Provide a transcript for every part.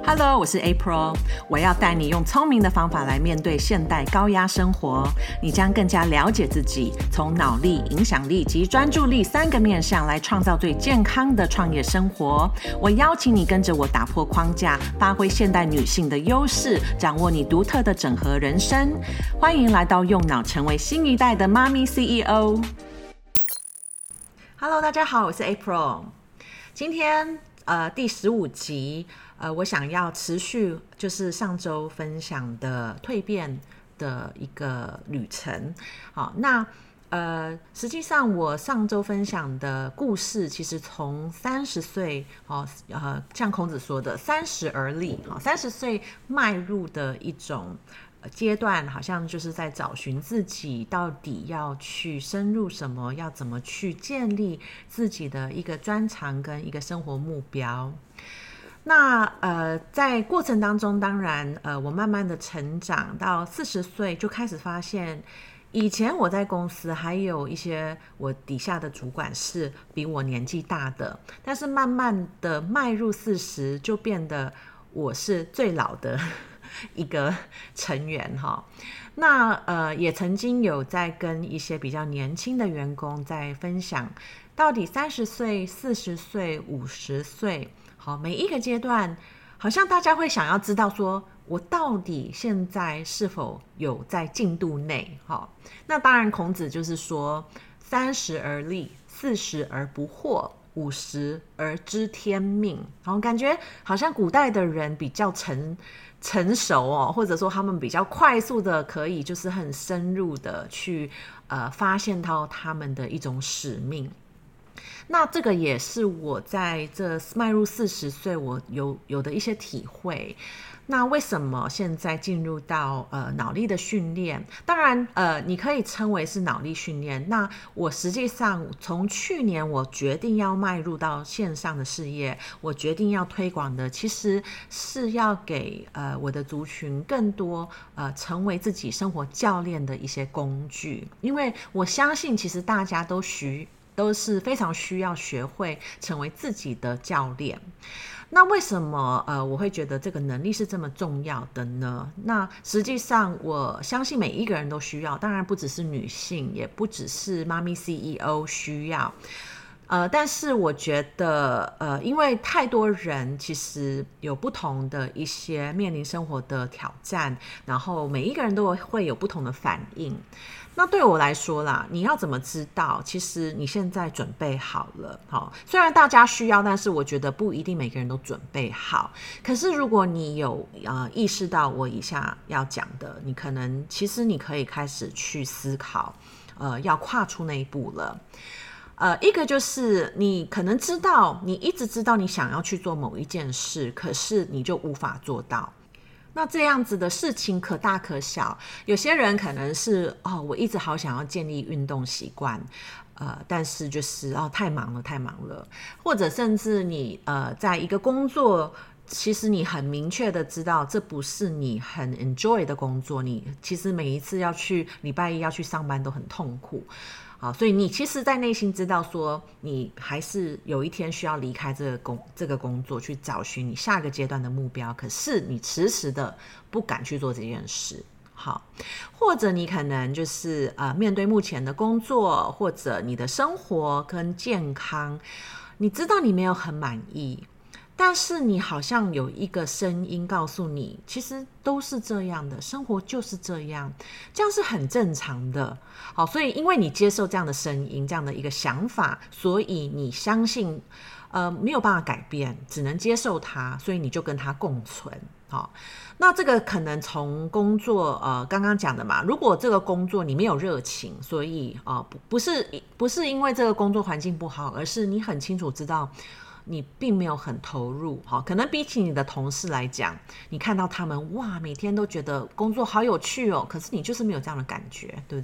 Hello， 我是 April， 我要带你用聪明的方法来面对现代高压生活，你将更加了解自己，从脑力、影响力及专注力3个面向来创造最健康的创业生活。我邀请你跟着我打破框架，发挥现代女性的优势，掌握你独特的整合人生。欢迎来到用脑成为新一代的妈咪 CEO。Hello， 大家好，我是 April。今天第15集。我想要持续就是上周分享的蜕变的一个旅程。好，那实际上我上周分享的故事，其实从30岁，像孔子说的30而立，30岁迈入的一种阶段，好像就是在找寻自己到底要去深入什么，要怎么去建立自己的一个专长跟一个生活目标。那在过程当中，当然我慢慢的成长到40岁，就开始发现，以前我在公司还有一些我底下的主管是比我年纪大的，但是慢慢的迈入40，就变得我是最老的一个成员哈。那也曾经有在跟一些比较年轻的员工在分享，到底30岁、40岁、50岁。好，每一个阶段好像大家会想要知道说，我到底现在是否有在进度内。好，那当然孔子就是说30而立，40而不惑，50而知天命。好，感觉好像古代的人比较成熟或者说他们比较快速的可以就是很深入的去发现到他们的一种使命。那这个也是我在这迈入40岁我有的一些体会。那为什么现在进入到脑力的训练？当然你可以称为是脑力训练。那我实际上从去年我决定要迈入到线上的事业，我决定要推广的其实是要给我的族群更多成为自己生活教练的一些工具。因为我相信其实大家都是非常需要学会成为自己的教练。那为什么我会觉得这个能力是这么重要的呢？那实际上我相信每一个人都需要，当然不只是女性，也不只是妈咪 CEO 需要。但是我觉得因为太多人其实有不同的一些面临生活的挑战，然后每一个人都会有不同的反应。那对我来说啦，你要怎么知道其实你现在准备好了？虽然大家需要，但是我觉得不一定每个人都准备好。可是如果你有意识到我以下要讲的，你可能其实你可以开始去思考要跨出那一步了。一个就是你可能知道，你一直知道你想要去做某一件事，可是你就无法做到。那这样子的事情可大可小，有些人可能是我一直好想要建立运动习惯，但是就是太忙了，或者甚至你在一个工作，其实你很明确的知道这不是你很 enjoy 的工作，你其实每一次礼拜一要去上班都很痛苦。好，所以你其实在内心知道说你还是有一天需要离开这个工作，去找寻你下一个阶段的目标，可是你迟迟的不敢去做这件事。好，或者你可能就是面对目前的工作或者你的生活跟健康，你知道你没有很满意，但是你好像有一个声音告诉你，其实都是这样的，生活就是这样，这样是很正常的。好，所以因为你接受这样的声音，这样的一个想法，所以你相信没有办法改变，只能接受它，所以你就跟它共存。好，那这个可能从工作刚刚讲的嘛，如果这个工作你没有热情，所以不是因为这个工作环境不好，而是你很清楚知道你并没有很投入。可能比起你的同事来讲，你看到他们哇每天都觉得工作好有趣可是你就是没有这样的感觉，对不对？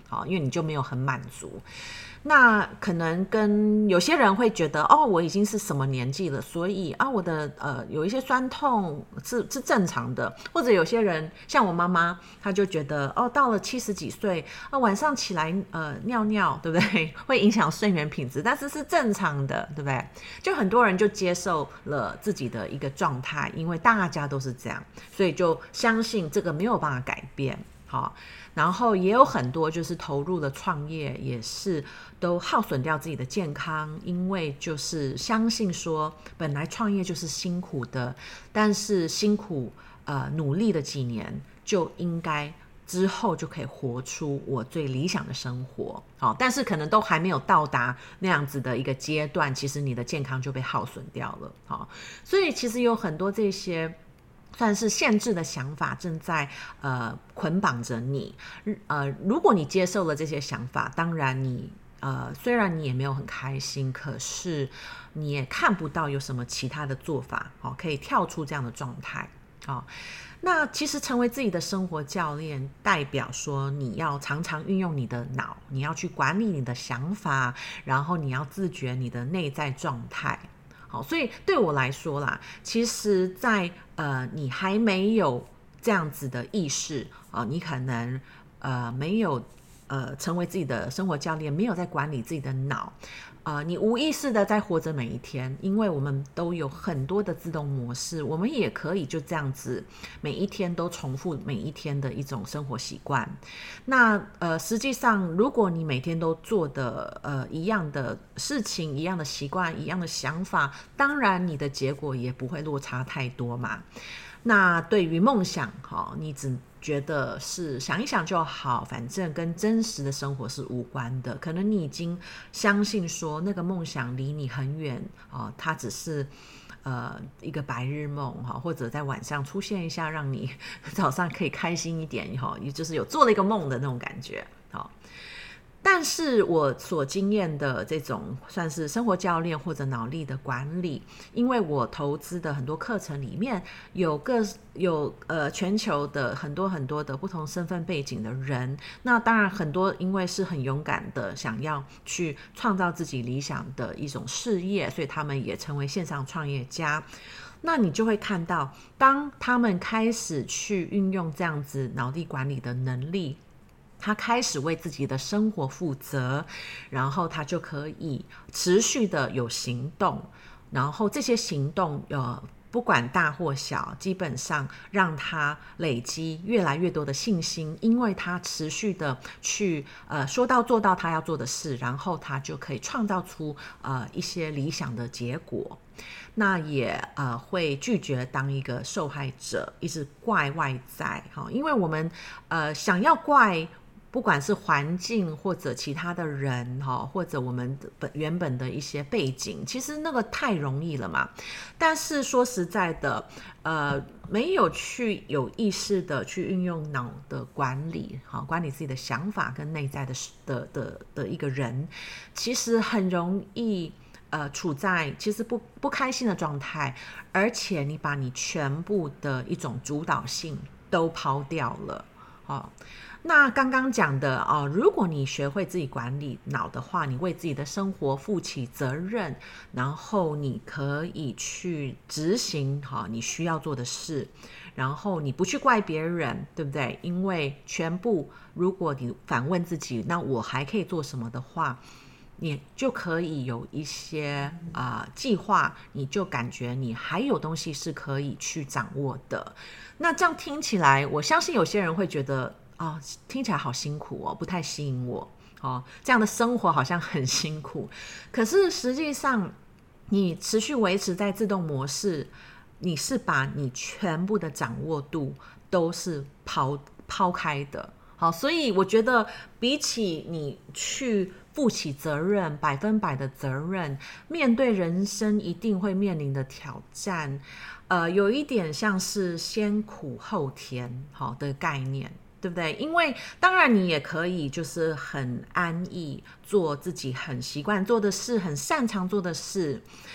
好，因为你就没有很满足。那可能跟有些人会觉得，我已经是什么年纪了，所以我的有一些酸痛是正常的，或者有些人像我妈妈，她就觉得到了70几岁晚上起来尿尿，对不对？会影响睡眠品质，但是是正常的，对不对？就很多人就接受了自己的一个状态，因为大家都是这样，所以就相信这个没有办法改变。好，然后也有很多就是投入了创业，也是都耗损掉自己的健康，因为就是相信说本来创业就是辛苦的，但是辛苦努力了几年就应该之后就可以活出我最理想的生活。好，但是可能都还没有到达那样子的一个阶段，其实你的健康就被耗损掉了。好，所以其实有很多这些算是限制的想法正在捆绑着你。如果你接受了这些想法，当然你虽然你也没有很开心，可是你也看不到有什么其他的做法可以跳出这样的状态。那其实成为自己的生活教练，代表说你要常常运用你的脑，你要去管理你的想法，然后你要自觉你的内在状态。好，所以对我来说啦，其实在你还没有这样子的意识你可能没有成为自己的生活教练，没有在管理自己的脑你无意识的在活着每一天，因为我们都有很多的自动模式，我们也可以就这样子每一天都重复每一天的一种生活习惯。那实际上如果你每天都做的一样的事情，一样的习惯，一样的想法，当然你的结果也不会落差太多嘛。那对于梦想你只觉得是想一想就好，反正跟真实的生活是无关的，可能你已经相信说那个梦想离你很远它只是一个白日梦或者在晚上出现一下让你早上可以开心一点也就是有做了一个梦的那种感觉。但是我所经验的这种算是生活教练或者脑力的管理，因为我投资的很多课程里面有全球的很多的不同身份背景的人，那当然很多因为是很勇敢的想要去创造自己理想的一种事业，所以他们也成为线上创业家。那你就会看到当他们开始去运用这样子脑力管理的能力，他开始为自己的生活负责，然后他就可以持续的有行动，然后这些行动不管大或小，基本上让他累积越来越多的信心，因为他持续的去说到做到他要做的事，然后他就可以创造出一些理想的结果。那也会拒绝当一个受害者，一直怪外在因为我们想要怪不管是环境或者其他的人或者我们原本的一些背景，其实那个太容易了嘛。但是说实在的没有去有意识的去运用脑的管理管理自己的想法跟内在的一个人，其实很容易处在其实不开心的状态，而且你把你全部的一种主导性都抛掉了那刚刚讲的如果你学会自己管理脑的话，你为自己的生活负起责任，然后你可以去执行你需要做的事，然后你不去怪别人，对不对？因为全部如果你反问自己，那我还可以做什么的话，你就可以有一些计划，你就感觉你还有东西是可以去掌握的。那这样听起来，我相信有些人会觉得听起来好辛苦不太吸引我这样的生活好像很辛苦。可是实际上你持续维持在自动模式，你是把你全部的掌握度都是抛开的所以我觉得比起你去负起责任100%的责任，面对人生一定会面临的挑战有一点像是先苦后甜的概念，对不对？因为当然你也可以就是很安逸做自己很习惯做的事，很擅长做的事，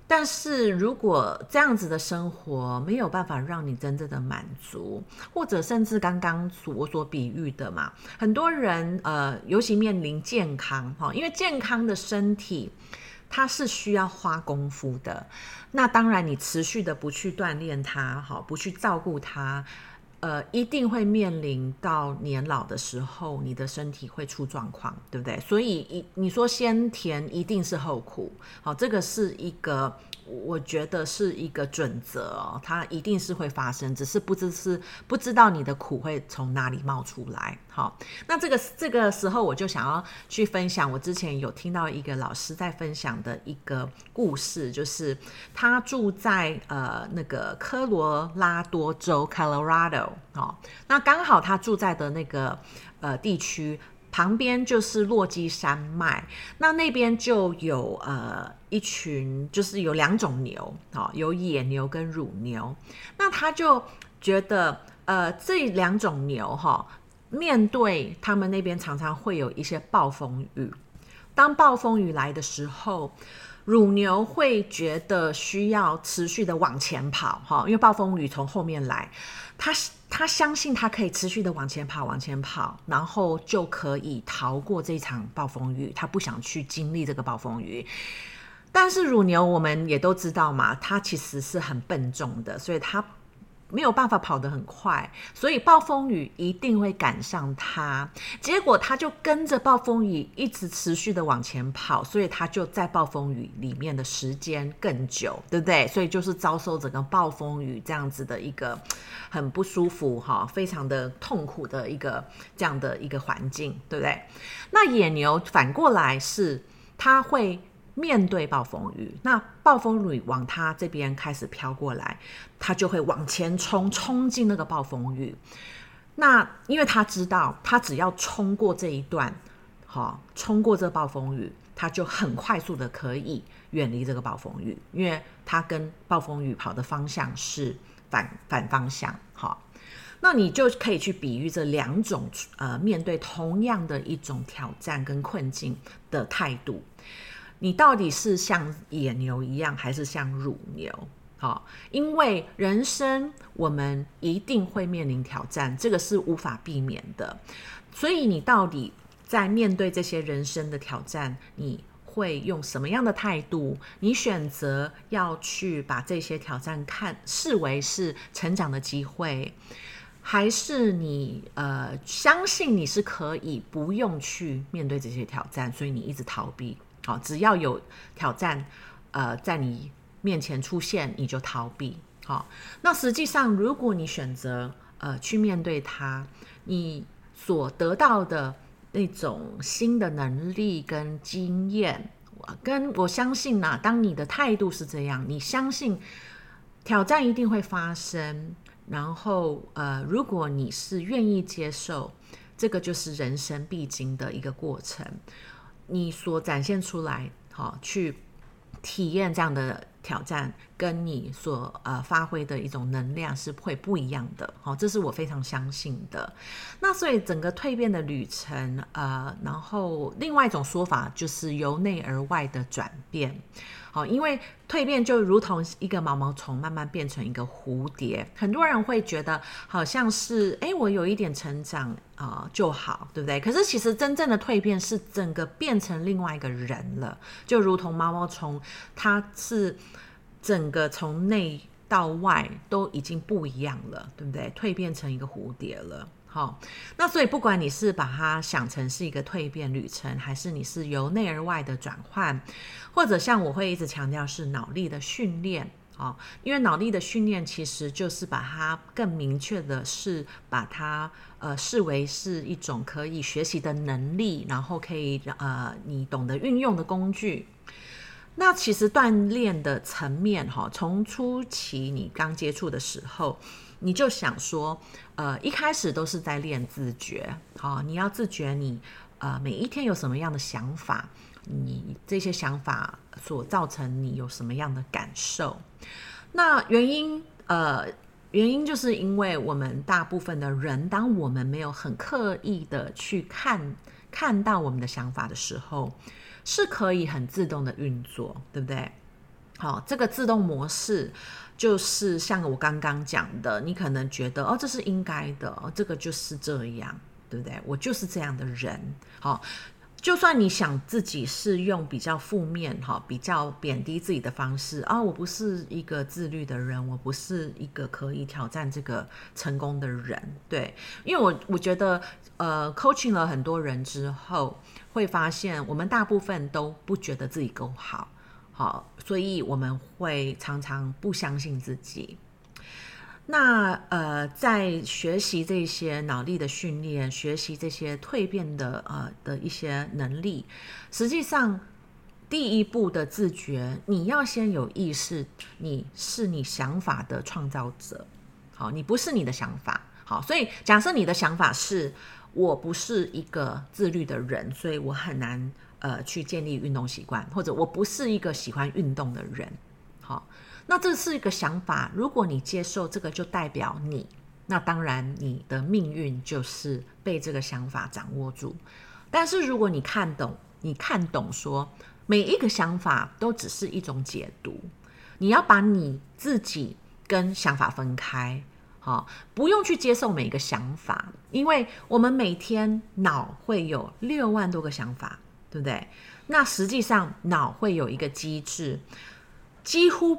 但是如果这样子的生活没有办法让你真正的满足，或者甚至刚刚我所比喻的嘛，很多人尤其面临健康，因为健康的身体它是需要花功夫的。那当然你持续的不去锻炼它，不去照顾它，一定会面临到年老的时候，你的身体会出状况，对不对？所以你说先甜一定是后苦，这个是一个我觉得是一个准则哦，它一定是会发生，只是不知道你的苦会从哪里冒出来。好，那这个时候我就想要去分享，我之前有听到一个老师在分享的一个故事，就是他住在那个科罗拉多州 Colorado，那刚好他住在的那个地区旁边就是落基山脉，那边就有一群，就是有2种牛，有野牛跟乳牛。那他就觉得这2种牛面对他们那边常常会有一些暴风雨，当暴风雨来的时候，乳牛会觉得需要持续的往前跑，因为暴风雨从后面来，他相信他可以持续的往前跑，然后就可以逃过这场暴风雨，他不想去经历这个暴风雨。但是乳牛我们也都知道嘛，它其实是很笨重的，所以它没有办法跑得很快，所以暴风雨一定会赶上它。结果它就跟着暴风雨一直持续的往前跑，所以它就在暴风雨里面的时间更久，对不对？所以就是遭受整个暴风雨这样子的一个很不舒服非常的痛苦的一个这样的一个环境，对不对？那野牛反过来是它会面对暴风雨，那暴风雨往他这边开始飘过来，他就会往前冲进那个暴风雨。那因为他知道他只要冲过这一段，冲过这暴风雨，他就很快速的可以远离这个暴风雨，因为他跟暴风雨跑的方向是反方向。那你就可以去比喻这2种面对同样的一种挑战跟困境的态度，你到底是像野牛一样还是像乳牛？因为人生我们一定会面临挑战，这个是无法避免的。所以你到底在面对这些人生的挑战，你会用什么样的态度？你选择要去把这些挑战视为是成长的机会，还是你相信你是可以不用去面对这些挑战，所以你一直逃避？只要有挑战在你面前出现，你就逃避。那实际上如果你选择去面对它，你所得到的那种新的能力跟经验，跟我相信当你的态度是这样，你相信挑战一定会发生，然后如果你是愿意接受，这个就是人生必经的一个过程，你所展现出来去体验这样的挑战，跟你所发挥的一种能量是会不一样的，这是我非常相信的。那所以整个蜕变的旅程然后另外一种说法就是由内而外的转变。因为蜕变就如同一个毛毛虫慢慢变成一个蝴蝶，很多人会觉得好像是我有一点成长就好，对不对？可是其实真正的蜕变是整个变成另外一个人了，就如同毛毛虫，它是整个从内到外都已经不一样了，对不对？蜕变成一个蝴蝶了。那所以不管你是把它想成是一个蜕变旅程，还是你是由内而外的转换，或者像我会一直强调是脑力的训练，因为脑力的训练其实就是把它更明确的是把它视为是一种可以学习的能力，然后可以你懂得运用的工具。那其实锻炼的层面从初期你刚接触的时候，你就想说一开始都是在练自觉，你要自觉你每一天有什么样的想法，你这些想法所造成你有什么样的感受。那原因就是因为我们大部分的人，当我们没有很刻意的去看到我们的想法的时候，是可以很自动的运作，对不对？ 好，这个自动模式就是像我刚刚讲的，你可能觉得这是应该的，这个就是这样，对不对？我就是这样的人。好，就算你想自己是用比较负面、比较贬低自己的方式我不是一个自律的人，我不是一个可以挑战这个成功的人。对，因为我觉得coaching 了很多人之后，会发现我们大部分都不觉得自己够好，所以我们会常常不相信自己。那在学习这些脑力的训练，学习这些蜕变的一些能力，实际上第一步的自觉，你要先有意识，你是你想法的创造者。好，你不是你的想法。好，所以假设你的想法是我不是一个自律的人，所以我很难去建立运动习惯，或者我不是一个喜欢运动的人。好，那这是一个想法，如果你接受这个，就代表你，那当然你的命运就是被这个想法掌握住。但是如果你看懂说每一个想法都只是一种解读，你要把你自己跟想法分开。好，不用去接受每一个想法，因为我们每天脑会有6万多个想法，对不对？那实际上脑会有一个机制，几乎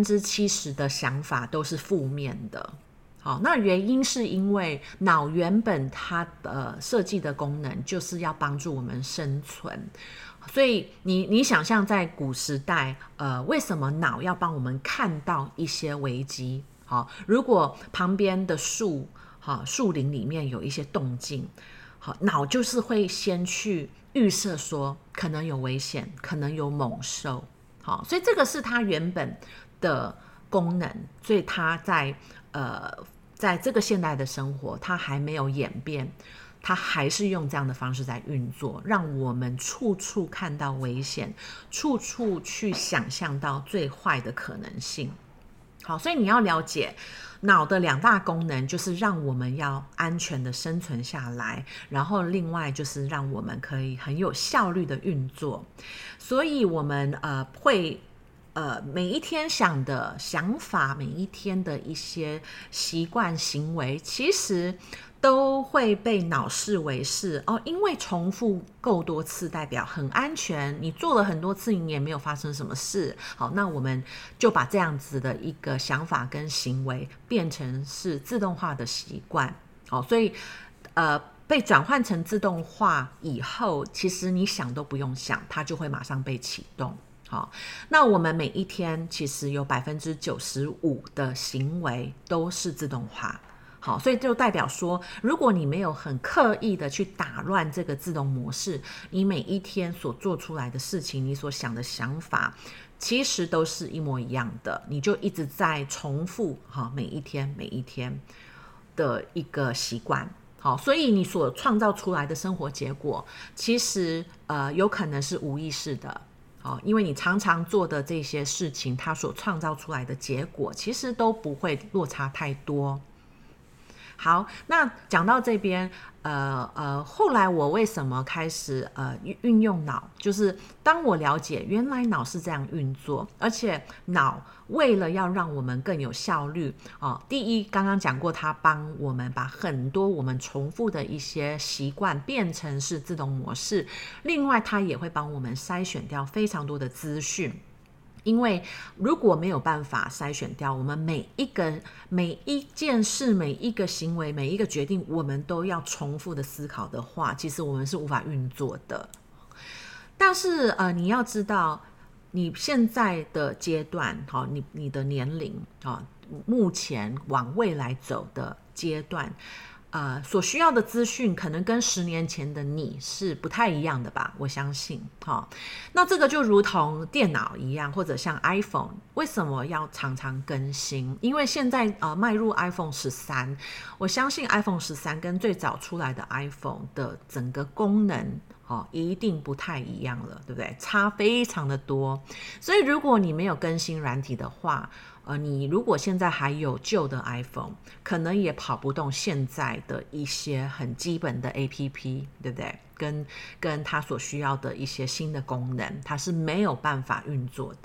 70%的想法都是负面的。好，那原因是因为脑原本它设计的功能就是要帮助我们生存，所以你想象在古时代，为什么脑要帮我们看到一些危机？好，如果旁边的树林里面有一些动静，好，脑就是会先去预设说可能有危险，可能有猛兽。好，所以这个是它原本的功能，所以它在这个现代的生活，它还没有演变，它还是用这样的方式在运作，让我们处处看到危险，处处去想象到最坏的可能性。好，所以你要了解脑的2大功能，就是让我们要安全的生存下来，然后另外就是让我们可以很有效率的运作。所以我们会每一天想的想法，每一天的一些习惯行为，其实都会被脑视为是因为重复够多次代表很安全，你做了很多次你也没有发生什么事。好，那我们就把这样子的一个想法跟行为变成是自动化的习惯。好，所以被转换成自动化以后，其实你想都不用想，它就会马上被启动。好，那我们每一天其实有95%的行为都是自动化。好，所以就代表说，如果你没有很刻意的去打乱这个自动模式，你每一天所做出来的事情，你所想的想法，其实都是一模一样的，你就一直在重复每一天的一个习惯。好，所以你所创造出来的生活结果，其实有可能是无意识的。好，因为你常常做的这些事情，它所创造出来的结果，其实都不会落差太多。好，那讲到这边，后来我为什么开始运用脑，就是当我了解原来脑是这样运作，而且脑为了要让我们更有效率第一刚刚讲过，它帮我们把很多我们重复的一些习惯变成是自动模式，另外它也会帮我们筛选掉非常多的资讯。因为如果没有办法筛选掉我们每一件事、每一个行为、每一个决定，我们都要重复的思考的话，其实我们是无法运作的。但是你要知道你现在的阶段你的年龄目前往未来走的阶段所需要的资讯可能跟10年前的你是不太一样的吧，我相信那这个就如同电脑一样，或者像 iPhone 为什么要常常更新，因为现在迈入 iPhone 13，我相信 iPhone 13跟最早出来的 iPhone 的整个功能一定不太一样了，对不对？差非常的多。所以如果你没有更新软体的话，你如果现在还有旧的 iPhone， 可能也跑不动现在的一些很基本的 APP， 对不对？跟它所需要的一些新的功能，它是没有办法运作的。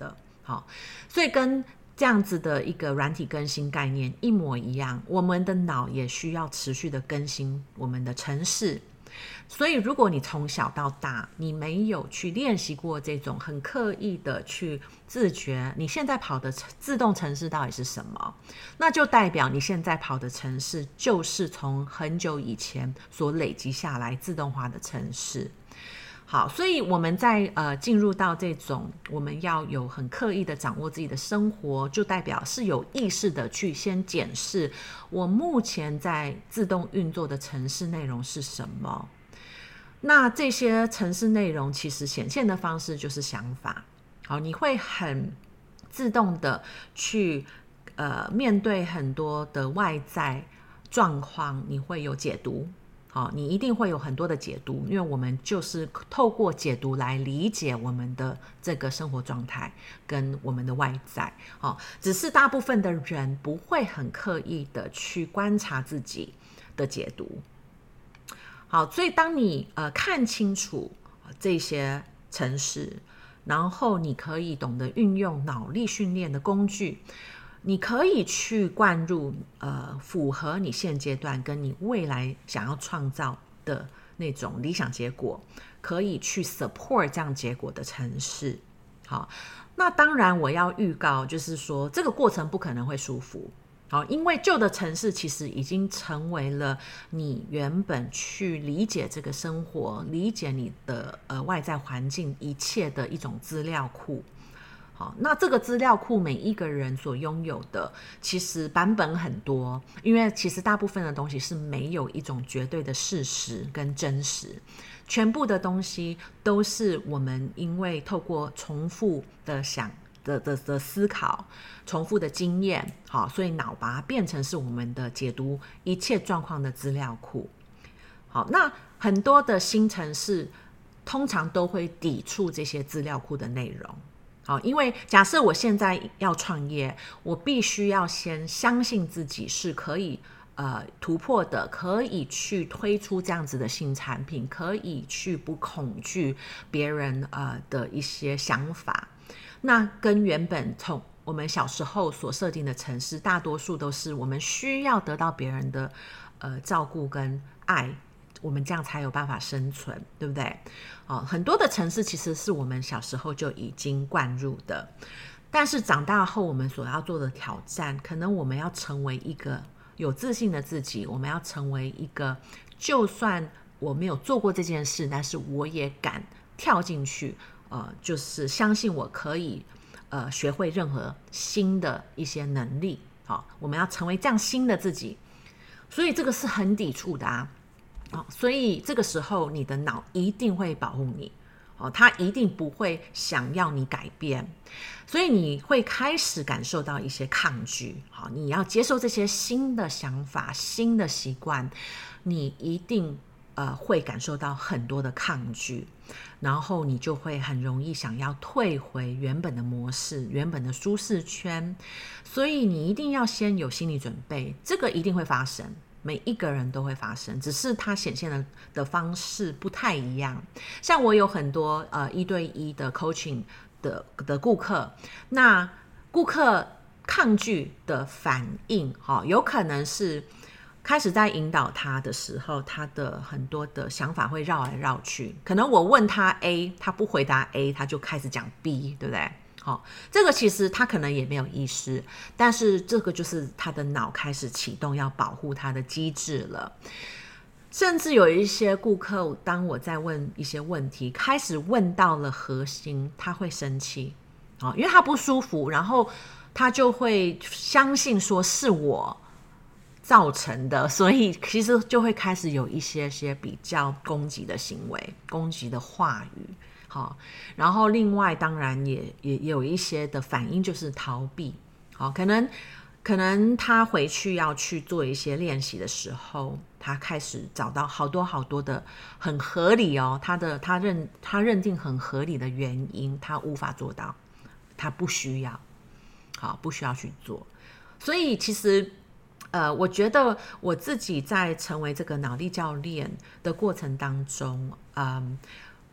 好，所以跟这样子的一个软体更新概念一模一样，我们的脑也需要持续的更新我们的程式。所以如果你从小到大你没有去练习过这种很刻意的去自觉你现在跑的自动程式到底是什么，那就代表你现在跑的程式就是从很久以前所累积下来自动化的程式。好，所以我们在进入到这种我们要有很刻意的掌握自己的生活，就代表是有意识的去先检视我目前在自动运作的程式内容是什么。那这些程式内容其实显现的方式就是想法。好，你会很自动的去面对很多的外在状况，你会有解读。好，你一定会有很多的解读，因为我们就是透过解读来理解我们的这个生活状态跟我们的外在。好，只是大部分的人不会很刻意的去观察自己的解读。好，所以当你看清楚这些程式，然后你可以懂得运用脑力训练的工具，你可以去灌入符合你现阶段跟你未来想要创造的那种理想结果，可以去 support 这样结果的程式。好，那当然我要预告，就是说这个过程不可能会舒服。好，因为旧的程式其实已经成为了你原本去理解这个生活、理解你的外在环境一切的一种资料库。好，那这个资料库每一个人所拥有的其实版本很多，因为其实大部分的东西是没有一种绝对的事实跟真实，全部的东西都是我们因为透过重复的的思考，重复的经验，好，所以脑把它变成是我们的解读一切状况的资料库。好，那很多的新程式通常都会抵触这些资料库的内容。好，因为假设我现在要创业，我必须要先相信自己是可以突破的，可以去推出这样子的新产品，可以去不恐惧别人的一些想法。那跟原本从我们小时候所设定的程式，大多数都是我们需要得到别人的照顾跟爱，我们这样才有办法生存，对不对？很多的程式其实是我们小时候就已经灌入的，但是长大后我们所要做的挑战，可能我们要成为一个有自信的自己，我们要成为一个就算我没有做过这件事，但是我也敢跳进去，就是相信我可以学会任何新的一些能力。好，我们要成为这样新的自己，所以这个是很抵触的啊。所以这个时候你的脑一定会保护你，它一定不会想要你改变，所以你会开始感受到一些抗拒。好，你要接受这些新的想法、新的习惯，你一定会感受到很多的抗拒，然后你就会很容易想要退回原本的模式、原本的舒适圈。所以你一定要先有心理准备，这个一定会发生。每一个人都会发生，只是它显现的方式不太一样。像我有很多1对1的 coaching 的顾客，那顾客抗拒的反应，有可能是开始在引导他的时候，他的很多的想法会绕来绕去。可能我问他 A， 他不回答 A， 他就开始讲 B， 对不对？这个其实他可能也没有意识，但是这个就是他的脑开始启动要保护他的机制了。甚至有一些顾客，当我在问一些问题，开始问到了核心，他会生气，因为他不舒服，然后他就会相信说是我造成的，所以其实就会开始有一些比较攻击的行为、攻击的话语。好，然后另外当然也有一些的反应就是逃避。好，可能他回去要去做一些练习的时候，他开始找到好多的很合理他认定很合理的原因，他无法做到，他不需要去做。所以其实我觉得我自己在成为这个脑力教练的过程当中，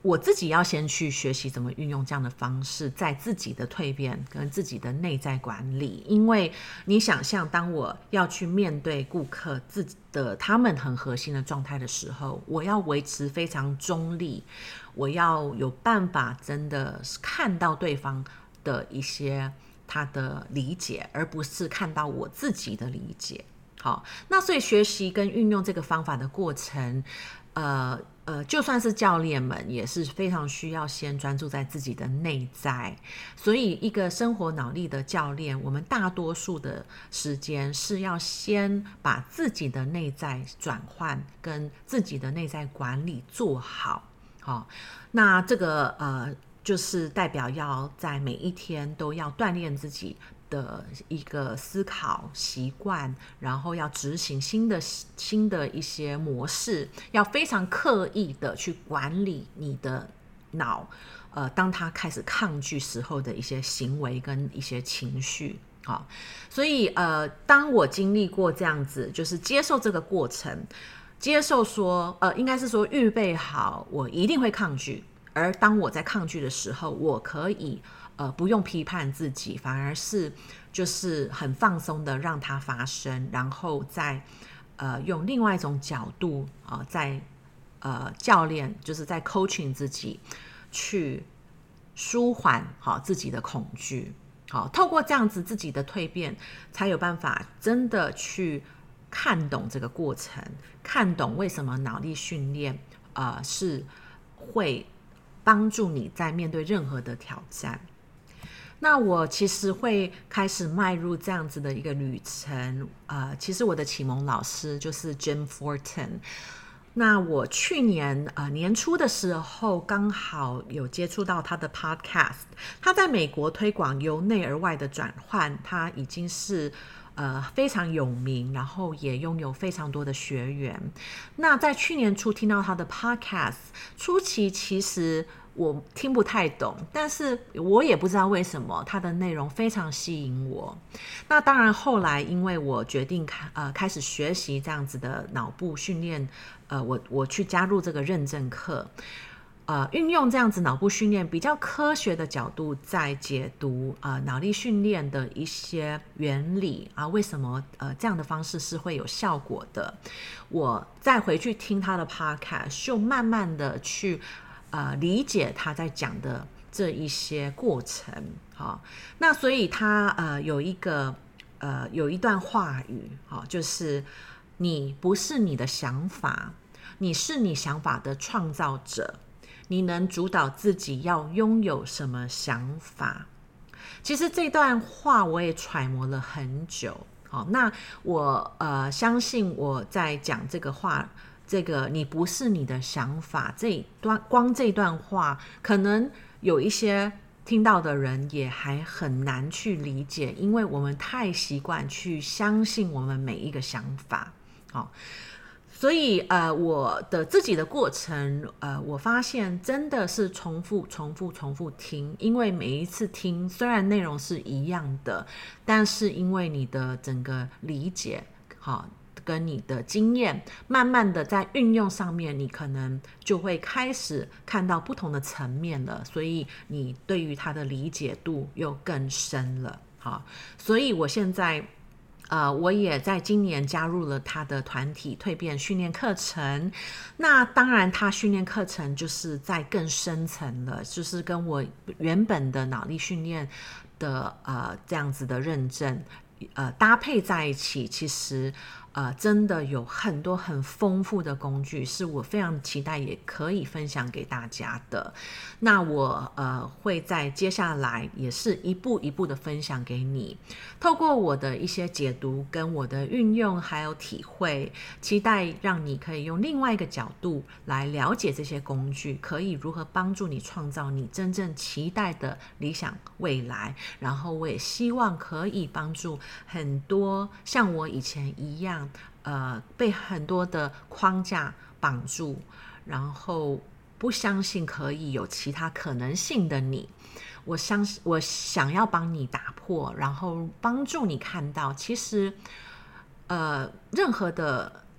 我自己要先去学习怎么运用这样的方式，在自己的蜕变跟自己的内在管理。因为你想象，当我要去面对顾客他们很核心的状态的时候，我要维持非常中立，我要有办法真的看到对方的一些他的理解，而不是看到我自己的理解。好，那所以学习跟运用这个方法的过程，就算是教练们也是非常需要先专注在自己的内在。所以一个生活脑力的教练，我们大多数的时间是要先把自己的内在转换跟自己的内在管理做好。好，那这个就是代表要在每一天都要锻炼自己的一个思考习惯，然后要执行新的一些模式，要非常刻意的去管理你的脑，当他开始抗拒时候的一些行为跟一些情绪。好，所以当我经历过这样子，就是接受这个过程，接受说应该是说预备好我一定会抗拒，而当我在抗拒的时候，我可以不用批判自己，反而是就是很放松的让它发生，然后再用另外一种角度在教练就是在 coaching 自己去舒缓自己的恐惧。好，透过这样子自己的蜕变，才有办法真的去看懂这个过程，看懂为什么脑力训练是会帮助你在面对任何的挑战。那我其实会开始迈入这样子的一个旅程，其实我的启蒙老师就是 Jim Fortin。那我去年年初的时候，刚好有接触到他的 podcast， 他在美国推广由内而外的转换，他已经是非常有名，然后也拥有非常多的学员。那在去年初听到他的 podcast， 初期其实我听不太懂，但是我也不知道为什么他的内容非常吸引我。那当然后来因为我决定开始学习这样子的脑部训练，我去加入这个认证课，运用这样子脑部训练比较科学的角度在解读脑力训练的一些原理为什么这样的方式是会有效果的。我再回去听他的 podcast， 就慢慢的去理解他在讲的这一些过程。好，那所以他有一段话语，就是你不是你的想法，你是你想法的创造者，你能主导自己要拥有什么想法。其实这段话我也揣摩了很久。好，那我相信我在讲这个话，这个你不是你的想法光这段话，可能有一些听到的人也还很难去理解，因为我们太习惯去相信我们每一个想法。好，所以我的自己的过程我发现真的是重复听，因为每一次听虽然内容是一样的，但是因为你的整个理解跟你的经验慢慢的在运用上面，你可能就会开始看到不同的层面了，所以你对于它的理解度又更深了。好，所以我现在我也在今年加入了他的团体蜕变训练课程。那当然他训练课程就是在更深层了，就是跟我原本的脑力训练的这样子的认证搭配在一起，其实真的有很多很丰富的工具，是我非常期待也可以分享给大家的。那我会在接下来也是一步一步的分享给你，透过我的一些解读跟我的运用还有体会，期待让你可以用另外一个角度来了解这些工具可以如何帮助你创造你真正期待的理想未来。然后我也希望可以帮助很多像我以前一样被很多的框架绑住，然后不相信可以有其他可能性的你，我想要帮你打破，然后帮助你看到其实任何的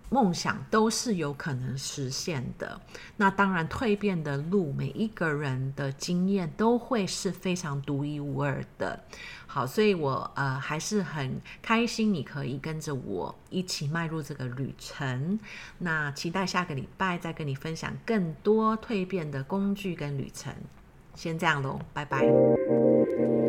梦想都是有可能实现的。那当然，蜕变的路，每一个人的经验都会是非常独一无二的。好，所以我还是很开心，你可以跟着我一起迈入这个旅程。那期待下个礼拜再跟你分享更多蜕变的工具跟旅程。先这样咯，拜拜。